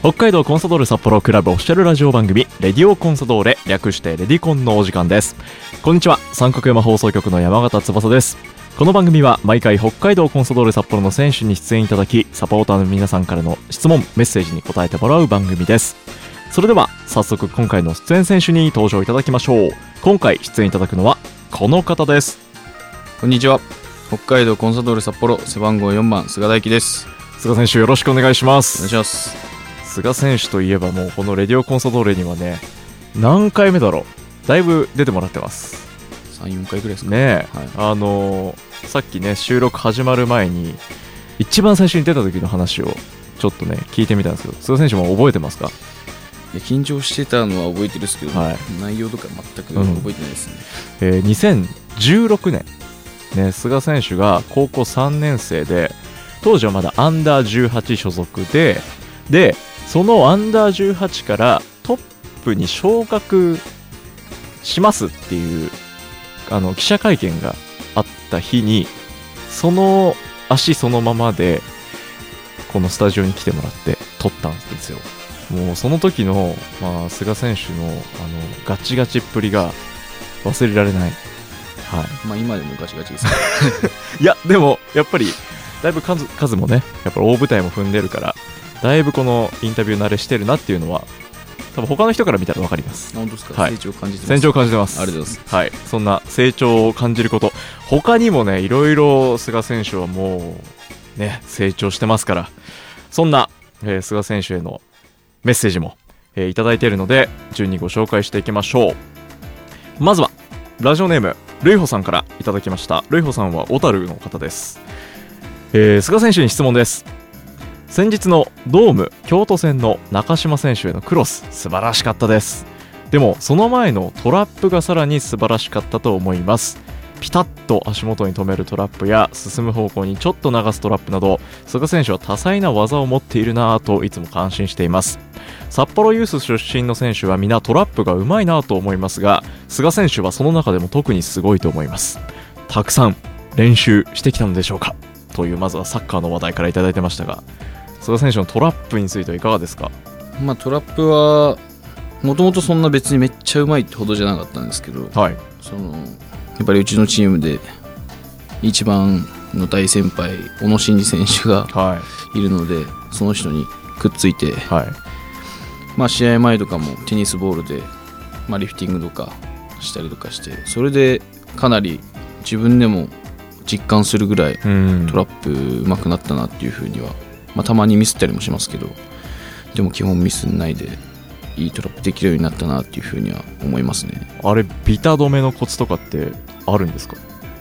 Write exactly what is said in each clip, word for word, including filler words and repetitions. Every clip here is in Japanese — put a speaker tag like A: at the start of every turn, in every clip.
A: 北海道コンサドーレ札幌クラブオフィシャルラジオ番組レディオコンサドーレ、略してレディコンのお時間です。こんにちは、三角山放送局の山形翼です。この番組は毎回北海道コンサドーレ札幌の選手に出演いただき、サポーターの皆さんからの質問メッセージに答えてもらう番組です。それでは早速今回の出演選手に登場いただきましょう。今回出演いただくのはこの方です。
B: こんにちは、北海道コンサドーレ札幌背番号よんばん菅大輝です。
A: 菅選手、よろしくお願いします。
B: お願いします。
A: 菅選手といえばもうこのレディオコンサドーレにはね、何回目だろう、だいぶ出てもらってます。
B: さん、よんかいぐらいですか
A: ね。
B: はい、あ
A: のー、さっきね収録始まる前に一番最初に出た時の話をちょっとね聞いてみたんですけど、菅選手も覚えてますか？
B: いや緊張してたのは覚えてるんですけど、はい、内容とか全く覚えてないですね。
A: うん、えー、にせんじゅうろくねん、ね、菅選手が高校さんねん生で、当時はまだアンダーじゅうはち所属ででそのアンダーじゅうはちからトップに昇格しますっていうあの記者会見があった日に、その足そのままでこのスタジオに来てもらって撮ったんですよ。もうその時の、まあ、菅選手の、あのガチガチっぷりが忘れられない。はい、
B: まあ今でもガチガチです
A: いやでもやっぱりだいぶ 数, 数もねやっぱり大舞台も踏んでるから、だいぶこのインタビュー慣れしてるなっていうのは多分他の人から見たら分かります。
B: 本当ですか？はい、成長感じてます。
A: 成長感じてます。
B: ありがとうございます。
A: はい、そんな成長を感じること他にもねいろいろ菅選手はもうね成長してますから、そんな、えー、菅選手へのメッセージも、えー、いただいているので順にご紹介していきましょう。まずはラジオネームルイホさんからいただきました。ルイホさんは小樽の方です。えー、菅選手に質問です。先日のドーム京都戦の中島選手へのクロス、素晴らしかったです。でもその前のトラップがさらに素晴らしかったと思います。ピタッと足元に止めるトラップや進む方向にちょっと流すトラップなど、菅選手は多彩な技を持っているなぁといつも感心しています。札幌ユース出身の選手は皆トラップがうまいなぁと思いますが、菅選手はその中でも特にすごいと思います。たくさん練習してきたのでしょうか、というまずはサッカーの話題からいただいてましたが、菅選手のトラップについてはいかがですか？
B: まあ、トラップはもともとそんな別にめっちゃうまいってほどじゃなかったんですけど、
A: はい、
B: そのやっぱりうちのチームで一番の大先輩小野伸二選手がいるので、はい、その人にくっついて、はい、まあ、試合前とかもテニスボールで、まあ、リフティングとかしたりとかして、それでかなり自分でも実感するぐらいトラップうまくなったなっていうふうには、まあ、たまにミスったりもしますけど、でも基本ミスないでいいトラップできるようになったなっていうふうには思いますね。
A: あれビタ止めのコツとかってあるんですか？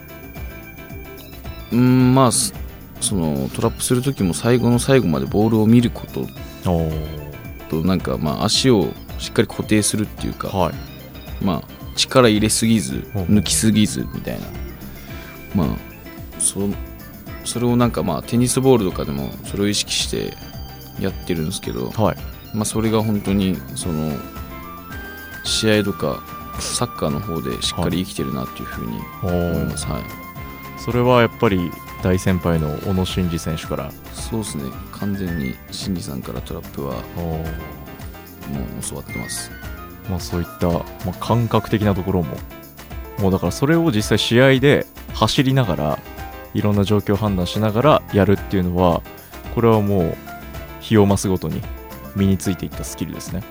B: うーん、まあそのトラップする時も最後の最後までボールを見ることと、なんかまあ足をしっかり固定するっていうか、はい、まあ力入れすぎず抜きすぎずみたいな、まあそそれをなんかまあテニスボールとかでもそれを意識してやってるんですけど、はい、まあ、それが本当にその試合とかサッカーの方でしっかり生きてるなっていうふうに思います。はい、
A: それはやっぱり大先輩の小野伸二選手から？
B: そうですね、完全に伸二さんからトラップはもう教わってます。
A: まあ、そういった、まあ、感覚的なところももうだからそれを実際試合で走りながらいろんな状況を判断しながらやるっていうのは、これはもう日を増すごとに身についていったスキルですね。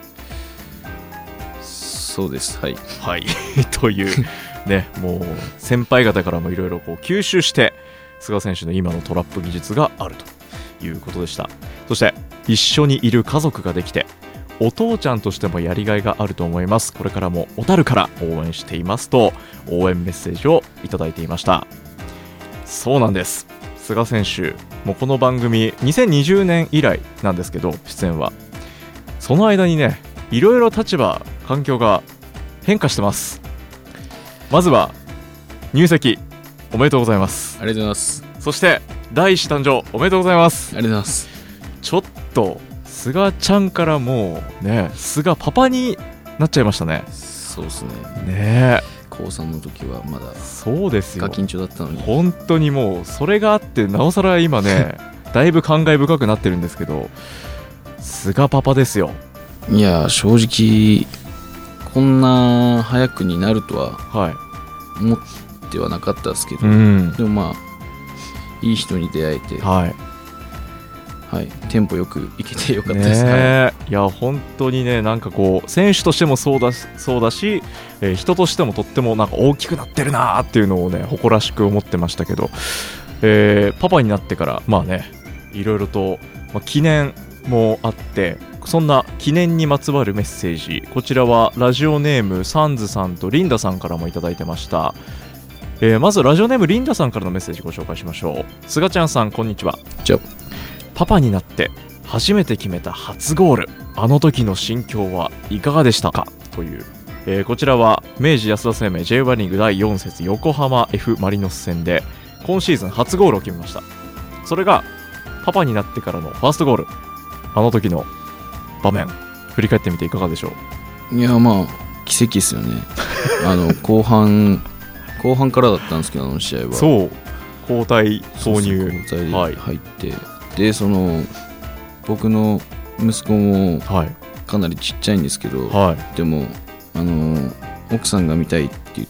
B: そうです。はい、
A: はい、というね、もう先輩方からもいろいろ吸収して菅選手の今のトラップ技術があるということでした。そして一緒にいる家族ができてお父ちゃんとしてもやりがいがあると思います。これからも小樽から応援していますと応援メッセージをいただいていました。そうなんです、菅選手もうこの番組にせんにじゅうねん以来なんですけど、出演はその間にねいろいろ立場環境が変化してます。まずは入籍おめでとうございます。
B: ありがとうございます。
A: そして第一子誕生おめでとうございます。
B: ありがとうございます。
A: ちょっと菅ちゃんからもうね菅パパになっちゃいましたね。
B: そうですね。
A: ねえ、
B: こうさんの時はまだ
A: そうですよ、
B: ガキンチョだったのに
A: 本当にもうそれがあってなおさら今ねだいぶ感慨深くなってるんですけど、 菅パパですよ。
B: いや正直こんな早くになるとは思ってはなかったですけど、はい、うん、でもまあいい人に出会えて、はいはい、テンポよくいけてよかったです、
A: ね、いや本当にね、なんかこう選手としてもそうだそうだし、えー、人としてもとってもなんか大きくなってるなっていうのをね誇らしく思ってましたけど、えー、パパになってからまあねいろいろと、まあ、記念もあって、そんな記念にまつわるメッセージ、こちらはラジオネームサンズさんとリンダさんからもいただいてました。えー、まずラジオネームリンダさんからのメッセージご紹介しましょう。すがちゃんさんこんにちは。
B: じゃ
A: パパになって初めて決めた初ゴール、あの時の心境はいかがでしたかという、えー、こちらは明治安田生命 J ワリーグだいよん節横浜 F マリノス戦で今シーズン初ゴールを決めました。それがパパになってからのファーストゴール、あの時の場面振り返ってみていかがでしょ
B: う。いやまあ奇跡ですよねあの後半後半からだったんですけど、あの試合は
A: そう交代投入、
B: 交代で入って、はい、でその僕の息子もかなりちっちゃいんですけど、はい、でもあの奥さんが見たいって言って、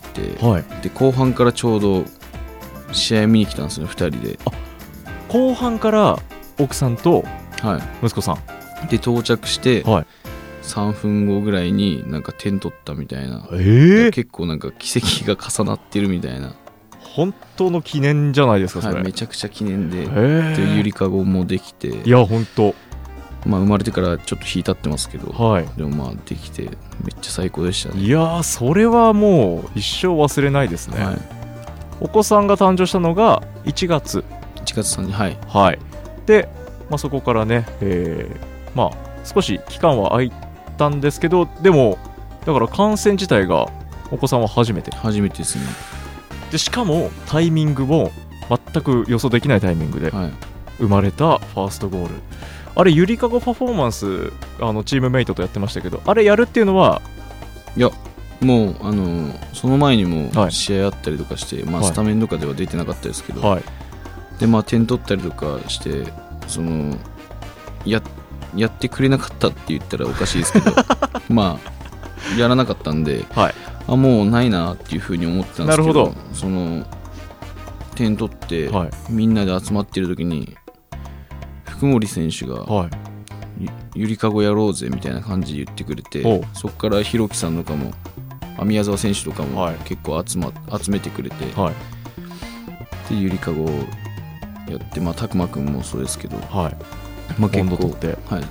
B: はい、で後半からちょうど試合見に来たんですよふたりで。
A: あ後半から奥さんと息子さん、はい、
B: で到着して、はい、さんぷんごぐらいになんか点取ったみたいな、
A: えー、
B: 結構なんか奇跡が重なってるみたいな、
A: 本当の記念じゃないですかそれ、
B: はい、めちゃくちゃ記念で、でゆりかごもできて、
A: いや本当
B: まあ生まれてからちょっと引いたってますけど、はい、でもまあできてめっちゃ最高でしたね。
A: いやそれはもう一生忘れないですね、はい、お子さんが誕生したのがいちがつ
B: いちがつさんにち、はい、
A: はい、で、まあ、そこからね、えー、まあ少し期間は空いたんですけど、でもだから観戦自体がお子さんは初めて
B: 初めてですね。
A: でしかもタイミングも全く予想できないタイミングで生まれたファーストゴール、はい、あれゆりかごパフォーマンスあのチームメイトとやってましたけど、あれやるっていうのはい
B: やもうあのその前にも試合あったりとかして、はい、まあ、スタメンとかでは出てなかったですけど、はい、でまあ点取ったりとかしてその や, やってくれなかったって言ったらおかしいですけどまあやらなかったんで、はい、あもうないなっていうふうに思ってたんですけ ど, なるほどその点取って、はい、みんなで集まってる時に福森選手が、はい、ゆ, ゆりかごやろうぜみたいな感じで言ってくれて、そこからひろきさんとかも宮沢選手とかも結構 集,、ま、集めてくれて、はい、でゆりかごやって、まあ、たくまくんもそうですけど、はい、まあ、結構、はい、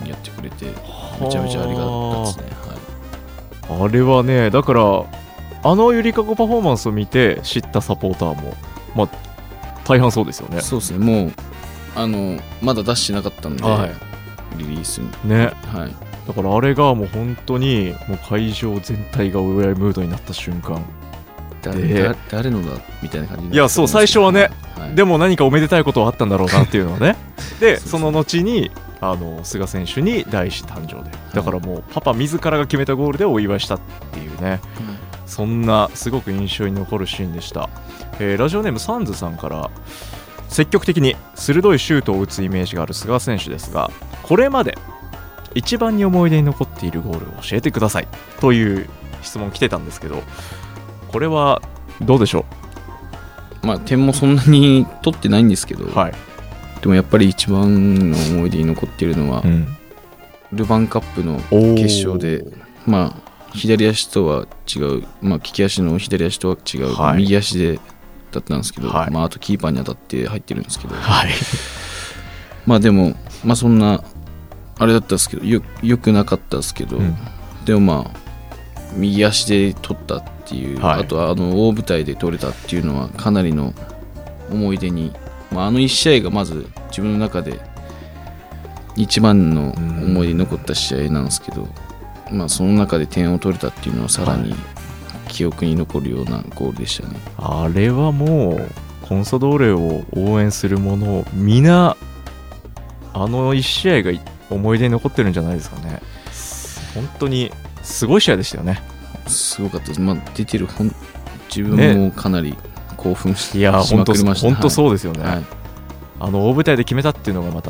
B: やってくれてめちゃめちゃありがたいですね、
A: はい、あれはねだからあのゆりかごパフォーマンスを見て知ったサポーターも、まあ、大半そうですよね。
B: そうですね、もうあのまだ出してなかったんで、はい、リリースに
A: ね、はい、だからあれがもう本当にもう会場全体がお祝いムードになった瞬間、
B: 誰, 誰のだみたいな感じになった。
A: いやそう最初はね、はい、でも何かおめでたいことはあったんだろうなっていうのはねでその後にあの菅選手に第一誕生で、だからもうパパ自らが決めたゴールでお祝いしたっていうね、うん、そんなすごく印象に残るシーンでした。えー、ラジオネームサンズさんから積極的に鋭いシュートを打つイメージがある菅選手ですが、これまで一番に思い出に残っているゴールを教えてくださいという質問来てたんですけど、これはどうでしょ
B: う。まあ点もそんなに取ってないんですけど、はい、でもやっぱり一番の思い出に残っているのは、うん、ルヴァンカップの決勝で、まあ左足とは違う、まあ、利き足の左足とは違う、はい、右足でだったんですけど、はい、まあ、あとキーパーに当たって入ってるんですけど、はい、まあでも、まあ、そんなあれだったんですけど よ, よくなかったですけど、うん、でもまあ右足で取ったっていう、はい、あとあの大舞台で取れたっていうのはかなりの思い出に、まあ、あのいち試合がまず自分の中で一番の思い出に残った試合なんですけど、まあ、その中で点を取れたっていうのはさらに記憶に残るようなゴールでしたね。
A: あれはもうコンサドーレを応援する者みんなあのいち試合が思い出に残ってるんじゃないですかね。本当にすごい試合でしたよね。
B: すごかったです、まあ、出てる本自分もかなり興奮し、ね、いやしまくりました。
A: 本当そうですよね、はい、あの大舞台で決めたっていうのがまたね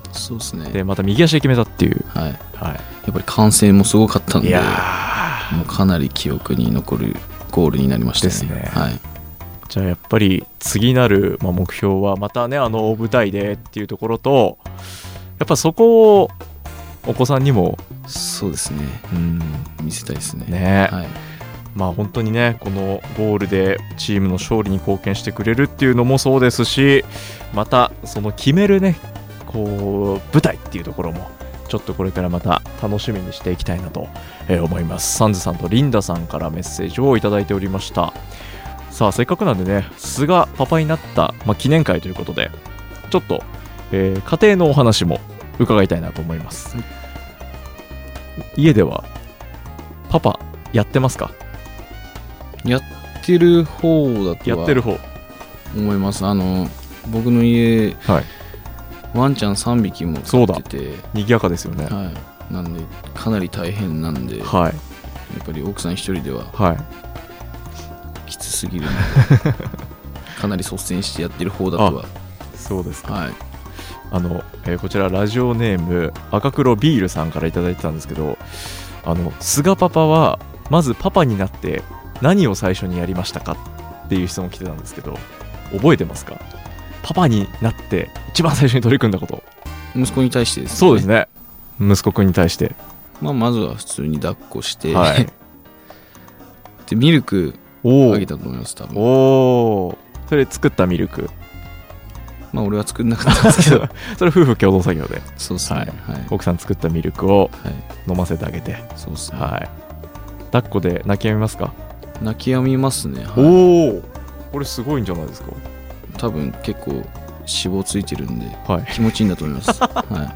B: そうですね。
A: でまた右足で決めたっていう、
B: はいはい、やっぱり歓声もすごかったんで、
A: いや
B: もうかなり記憶に残るゴールになりましたね。ですね。はい、
A: じゃあやっぱり次なる、まあ、目標はまたねあの大舞台でっていうところと、やっぱそこをお子さんにも
B: そうですね、うん、見せたいですね。
A: ね、はい、まあ本当にねこのゴールでチームの勝利に貢献してくれるっていうのもそうですし、またその決めるねこう舞台っていうところもちょっとこれからまた楽しみにしていきたいなと思います。サンズさんとリンダさんからメッセージをいただいておりました。さあせっかくなんでね、菅パパになった、まあ、記念会ということでちょっと、えー、家庭のお話も伺いたいなと思います。家ではパパやってますか？
B: やってる方だとは
A: やってる方
B: 思います。あの僕の家、はい、ワンちゃんさんびきも飼ってて
A: 賑やかですよね。
B: はい、なんでかなり大変なんで、はい、やっぱり奥さん一人では、はい、きつすぎるのでかなり率先してやってる方だとは。
A: そうですか。
B: はい、
A: あのえー、こちらラジオネーム赤黒ビールさんからいただいてたんですけど、あの菅パパはまずパパになって何を最初にやりましたかっていう質問来てたんですけど、覚えてますか？パパになって一番最初に取り組んだこと。
B: 息子に対してですね。
A: そうですね、息子くんに対して、
B: まあ、まずは普通に抱っこして、はい、でミルクあげたと思います。多分
A: おー、それ作ったミルク。
B: まあ俺は作んなかったんですけど
A: それ夫婦共同作業で。
B: そうですね、
A: はいはい、奥さん作ったミルクを飲ませてあげて、はい、
B: そうですね、
A: はい、抱っこで泣き止みますか？
B: 泣き止みますね、はい、
A: おお、これすごいんじゃないですか？
B: 多分結構脂肪ついてるんで、はい、気持ちいいんだと思います、はい、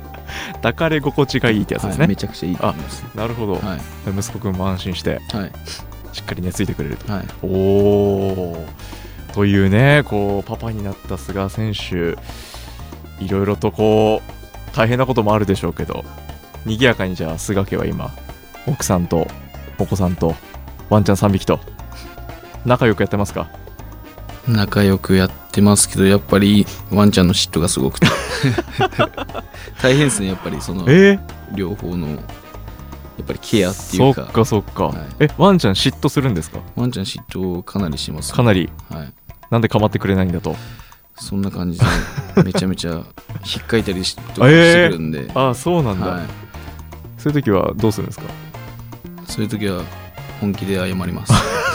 A: 抱かれ心地がいいってやつですね、はい、
B: めちゃくちゃいいと思います。
A: なるほど、はい、息子くんも安心して、はい、しっかり寝ついてくれると、はい、おおというね、こうパパになった菅選手、いろいろとこう大変なこともあるでしょうけど、賑やかにじゃあ菅家は今奥さんとお子さんとワンちゃんさんびきと仲良くやってますか？
B: 仲良くやってますけど、やっぱりワンちゃんの嫉妬がすごくて大変ですね。やっぱりその、えー、両方のやっぱりケアっていうか。
A: そっかそっか、はい、えワンちゃん嫉妬するんですか？
B: ワンちゃん嫉妬かなりします、ね、
A: かなり、
B: はい、
A: なんで構ってくれないんだと。
B: そんな感じでめちゃめちゃ引っかいたりしとかしてくるんで、え
A: ー、あそうなんだ、はい、そういう時はどうするんですか？
B: そういう時は本気で謝ります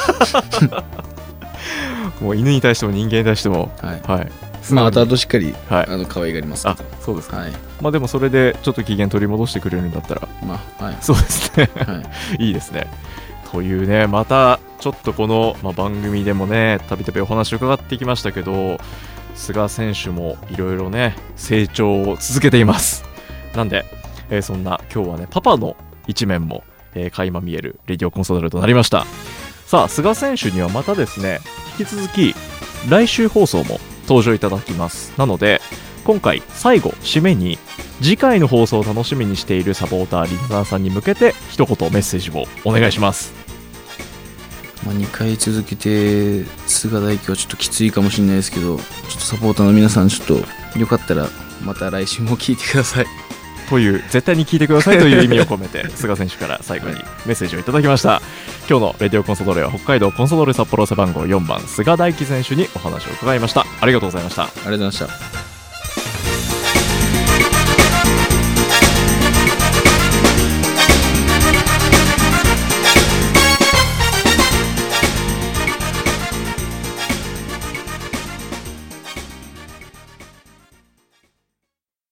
A: もう犬に対しても人間に対しても、はいはい、
B: まあ後々しっかり、はい、あの可愛がりますけど。
A: あそうですか、
B: はい、
A: まあでもそれでちょっと機嫌取り戻してくれるんだったら、
B: まあはい、
A: そうですね、はい、いいですね。というね、またちょっとこの、まあ、番組でもねたびたびお話を伺ってきましたけど、菅選手もいろいろね成長を続けています。なんで、えー、そんな今日はねパパの一面も、えー、垣間見えるレディオコンソドルとなりました。さあ菅選手にはまたですね引き続き来週放送も登場いただきます。なので今回最後締めに次回の放送を楽しみにしているサポーターリンダーさんに向けて一言メッセージをお願いします。
B: まあ、にかい続けて菅大輝はちょっときついかもしれないですけど、ちょっとサポーターの皆さんちょっとよかったらまた来週も聞いてください
A: という、絶対に聞いてくださいという意味を込めて菅選手から最後にメッセージをいただきました。今日のレディオコンソドーレは北海道コンソドーレ札幌背番号よんばん菅大輝選手にお話を伺いました。ありがとうございました。あり
B: がとうございました。